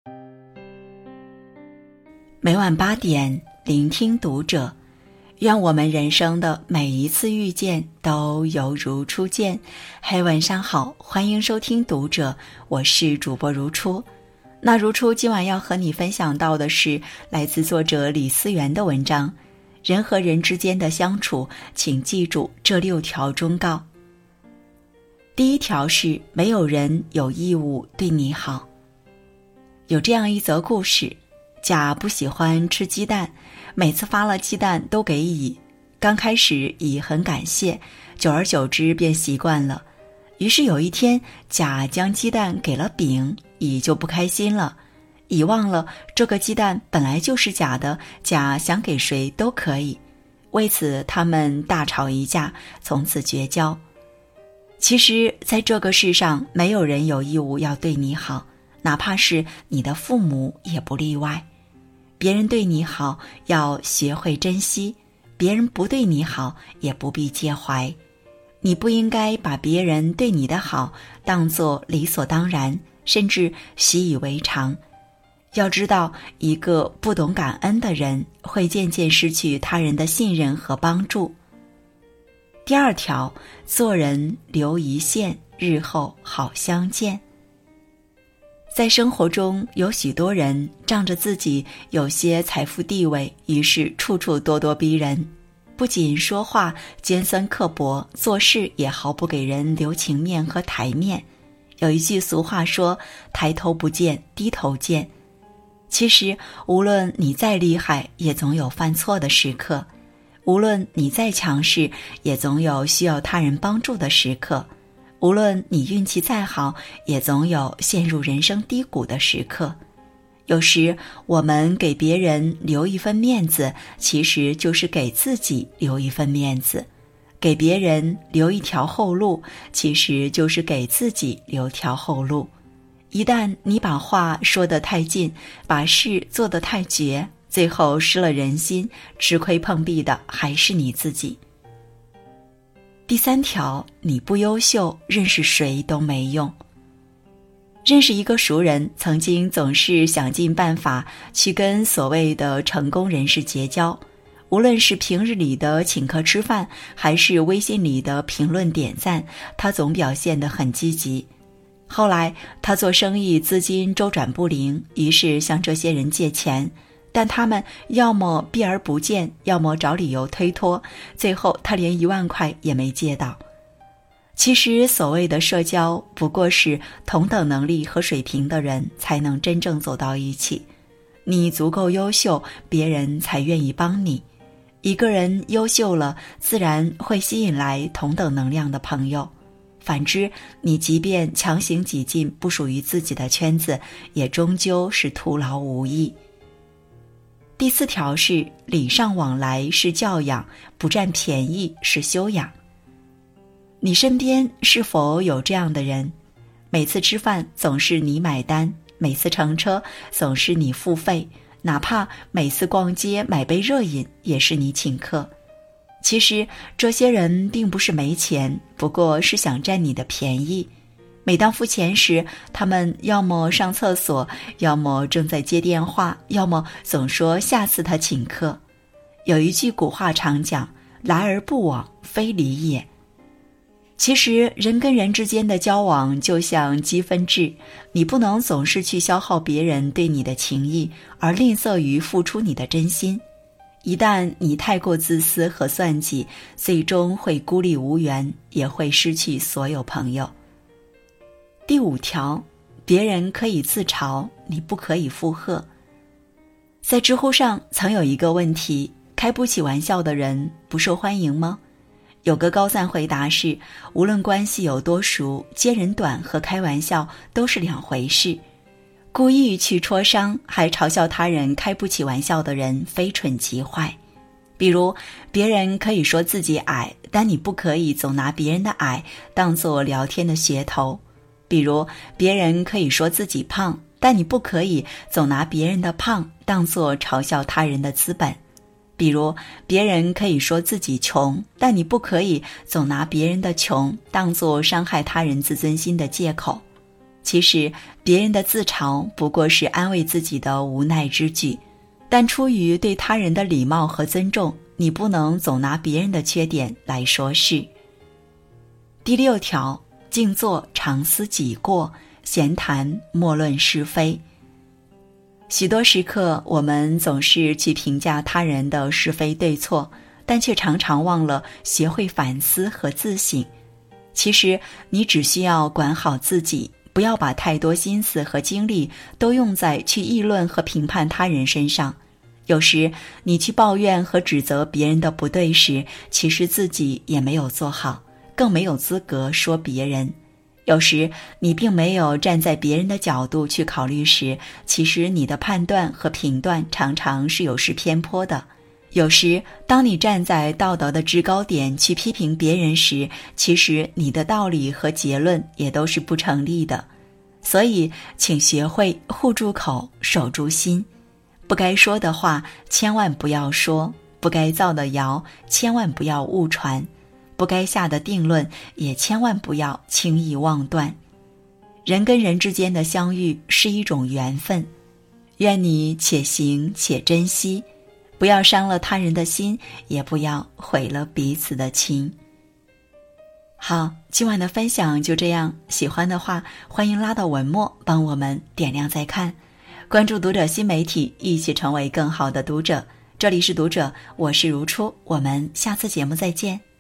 每晚8点，聆听读者。愿我们人生的每一次遇见都犹如初见。嘿，晚上好，欢迎收听读者，我是主播如初。那如初今晚要和你分享到的是来自作者李思源的文章，人和人之间的相处，请记住这6条忠告。第1条是，没有人有义务对你好。有这样一则故事，甲不喜欢吃鸡蛋，每次发了鸡蛋都给乙。刚开始乙很感谢，久而久之便习惯了。于是有一天，甲将鸡蛋给了丙，乙就不开心了。乙忘了这个鸡蛋本来就是甲的，甲想给谁都可以。为此他们大吵一架，从此绝交。其实在这个世上，没有人有义务要对你好，哪怕是你的父母也不例外。别人对你好，要学会珍惜；别人不对你好，也不必介怀。你不应该把别人对你的好当作理所当然，甚至习以为常。要知道，一个不懂感恩的人，会渐渐失去他人的信任和帮助。第2条，做人留一线，日后好相见。在生活中，有许多人仗着自己有些财富地位，于是处处咄咄逼人，不仅说话尖酸刻薄，做事也毫不给人留情面和台面。有一句俗话说，抬头不见低头见。其实无论你再厉害，也总有犯错的时刻；无论你再强势，也总有需要他人帮助的时刻；无论你运气再好，也总有陷入人生低谷的时刻。有时我们给别人留一份面子，其实就是给自己留一份面子；给别人留一条后路，其实就是给自己留条后路。一旦你把话说得太近，把事做得太绝，最后失了人心，吃亏碰壁的还是你自己。第3条，你不优秀，认识谁都没用。认识一个熟人，曾经总是想尽办法去跟所谓的成功人士结交，无论是平日里的请客吃饭，还是微信里的评论点赞，他总表现得很积极。后来他做生意资金周转不灵，于是向这些人借钱，但他们要么避而不见，要么找理由推脱，最后他连1万块也没借到。其实所谓的社交，不过是同等能力和水平的人才能真正走到一起。你足够优秀，别人才愿意帮你。一个人优秀了，自然会吸引来同等能量的朋友。反之，你即便强行挤进不属于自己的圈子，也终究是徒劳无益。第4条是，礼尚往来是教养，不占便宜是修养。你身边是否有这样的人？每次吃饭总是你买单，每次乘车总是你付费，哪怕每次逛街买杯热饮也是你请客。其实这些人并不是没钱，不过是想占你的便宜。每当付钱时，他们要么上厕所，要么正在接电话，要么总说下次他请客。有一句古话常讲，来而不往非礼也。其实人跟人之间的交往就像积分制，你不能总是去消耗别人对你的情谊，而吝啬于付出你的真心。一旦你太过自私和算计，最终会孤立无援，也会失去所有朋友。第5条，别人可以自嘲，你不可以附和。在知乎上曾有一个问题，开不起玩笑的人不受欢迎吗？有个高赞回答是，无论关系有多熟，揭人短和开玩笑都是2回事。故意去戳伤还嘲笑他人开不起玩笑的人，非蠢即坏。比如别人可以说自己矮，但你不可以总拿别人的矮当作聊天的噱头。比如别人可以说自己胖，但你不可以总拿别人的胖当作嘲笑他人的资本。比如别人可以说自己穷，但你不可以总拿别人的穷当作伤害他人自尊心的借口。 其实别人的自嘲不过是安慰自己的无奈之举，但出于对他人的礼貌和尊重，你不能总拿别人的缺点来说事。第6条，静坐常思己过，闲谈莫论是非。许多时刻，我们总是去评价他人的是非对错，但却常常忘了学会反思和自省。其实，你只需要管好自己，不要把太多心思和精力都用在去议论和评判他人身上。有时，你去抱怨和指责别人的不对时，其实自己也没有做好，更没有资格说别人。有时你并没有站在别人的角度去考虑时，其实你的判断和评断常常是有失偏颇的。有时当你站在道德的制高点去批评别人时，其实你的道理和结论也都是不成立的。所以请学会护住口，守住心。不该说的话千万不要说，不该造的谣千万不要误传，不该下的定论也千万不要轻易妄断。人跟人之间的相遇是一种缘分，愿你且行且珍惜，不要伤了他人的心，也不要毁了彼此的情。好，今晚的分享就这样，喜欢的话欢迎拉到文末帮我们点亮再看，关注读者新媒体，一起成为更好的读者。这里是读者，我是如初，我们下次节目再见。